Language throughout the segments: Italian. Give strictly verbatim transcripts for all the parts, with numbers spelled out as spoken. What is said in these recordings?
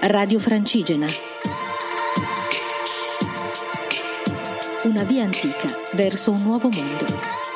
Radio Francigena. Una via antica verso un nuovo mondo.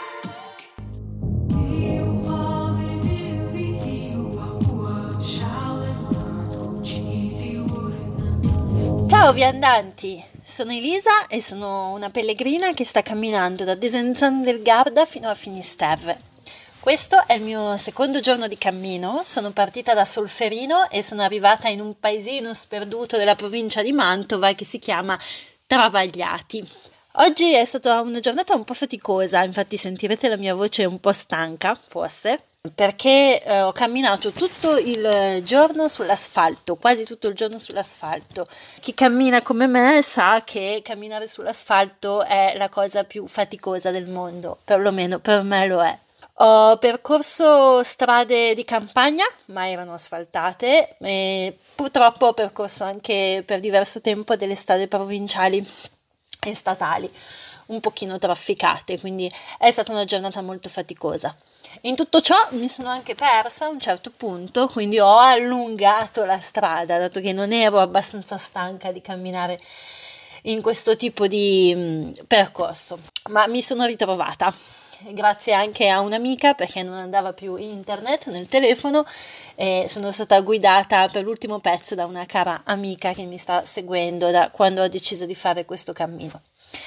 Ciao viandanti, sono Elisa e sono una pellegrina che sta camminando da Desenzano del Garda fino a Finisterre. Questo è il mio secondo giorno di cammino, sono partita da Solferino e sono arrivata in un paesino sperduto della provincia di Mantova che si chiama Travagliati. Oggi è stata una giornata un po' faticosa, infatti sentirete la mia voce un po' stanca, forse, perché eh, ho camminato tutto il giorno sull'asfalto, quasi tutto il giorno sull'asfalto. Chi cammina come me sa che camminare sull'asfalto è la cosa più faticosa del mondo, perlomeno per me lo è. Ho percorso strade di campagna, ma erano asfaltate, e purtroppo ho percorso anche per diverso tempo delle strade provinciali e statali, un pochino trafficate, quindi è stata una giornata molto faticosa. In tutto ciò mi sono anche persa a un certo punto, quindi ho allungato la strada, dato che non ero abbastanza stanca di camminare in questo tipo di mh, percorso, ma mi sono ritrovata. Grazie anche a un'amica, perché non andava più internet nel telefono, e sono stata guidata per l'ultimo pezzo da una cara amica che mi sta seguendo da quando ho deciso di fare questo cammino.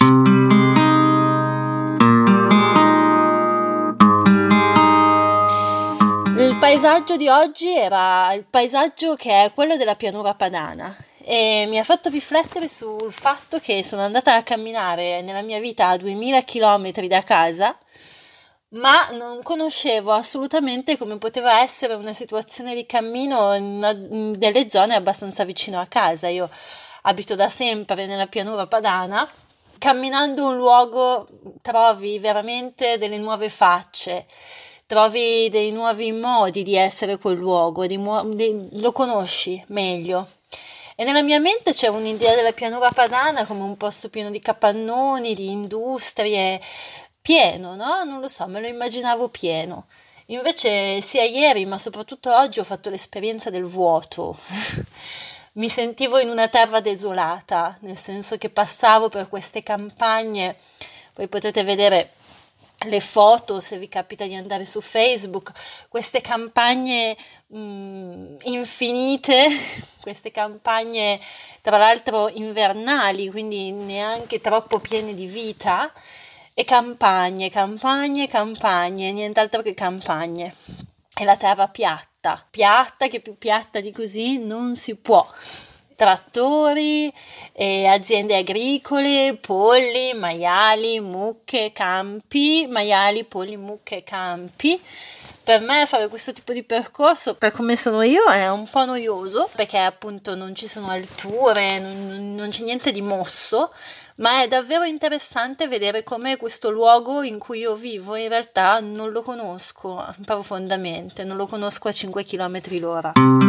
Il paesaggio di oggi era il paesaggio che è quello della pianura padana e mi ha fatto riflettere sul fatto che sono andata a camminare nella mia vita a duemila chilometri da casa, ma non conoscevo assolutamente come poteva essere una situazione di cammino in, una, in delle zone abbastanza vicino a casa. Io abito da sempre nella pianura padana. Camminando un luogo trovi veramente delle nuove facce, trovi dei nuovi modi di essere quel luogo, di mu- di, lo conosci meglio. E nella mia mente c'è un'idea della pianura padana come un posto pieno di capannoni, di industrie, pieno, no? Non lo so, me lo immaginavo pieno. Invece sia ieri, ma soprattutto oggi ho fatto l'esperienza del vuoto. Mi sentivo in una terra desolata, nel senso che passavo per queste campagne, poi potete vedere le foto se vi capita di andare su Facebook, queste campagne mh, infinite, queste campagne tra l'altro invernali, quindi neanche troppo piene di vita, e campagne, campagne, campagne, nient'altro che campagne. E la terra piatta, piatta che più piatta di così non si può. Trattori, eh, aziende agricole, polli, maiali, mucche, campi, maiali, polli, mucche, campi. Per me fare questo tipo di percorso, per come sono io, è un po' noioso, perché appunto non ci sono alture, non, non c'è niente di mosso, ma è davvero interessante vedere come questo luogo in cui io vivo in realtà non lo conosco profondamente, non lo conosco a cinque chilometri l'ora.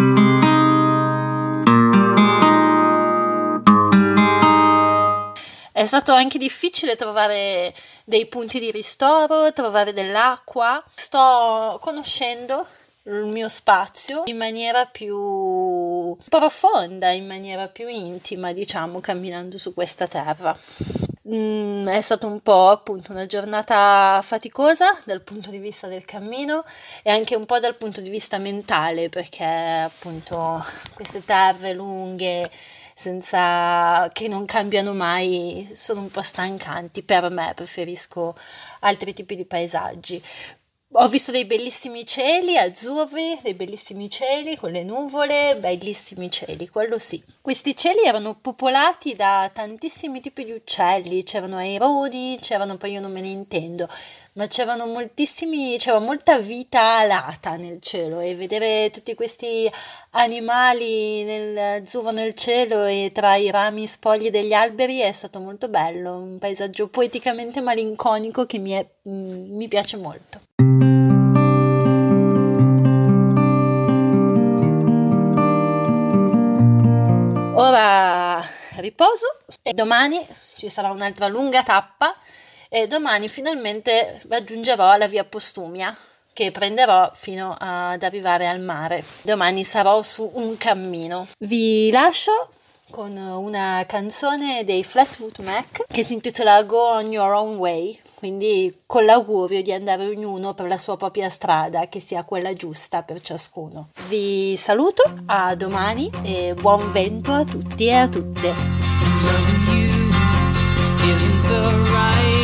È stato anche difficile trovare dei punti di ristoro, trovare dell'acqua. Sto conoscendo il mio spazio in maniera più profonda, in maniera più intima, diciamo, camminando su questa terra. Mm, è stata un po' appunto una giornata faticosa dal punto di vista del cammino e anche un po' dal punto di vista mentale, perché appunto queste terre lunghe senza che non cambiano mai sono un po' stancanti per me, preferisco altri tipi di paesaggi. Ho visto dei bellissimi cieli azzurri, dei bellissimi cieli con le nuvole, bellissimi cieli, quello sì. Questi cieli erano popolati da tantissimi tipi di uccelli, c'erano aironi, c'erano, poi io non me ne intendo, ma c'erano moltissimi, c'era molta vita alata nel cielo, e vedere tutti questi animali nel azzurro nel cielo e tra i rami spogli degli alberi è stato molto bello, un paesaggio poeticamente malinconico che mi, è, mi piace molto. Ora riposo e domani ci sarà un'altra lunga tappa e domani finalmente raggiungerò la via Postumia, che prenderò fino ad arrivare al mare. Domani sarò su un cammino. Vi lascio con una canzone dei Fleetwood Mac che si intitola Go on Your Own Way, quindi con l'augurio di andare ognuno per la sua propria strada, che sia quella giusta per ciascuno. Vi saluto, a domani e buon vento a tutti e a tutte. Loving you isn't the right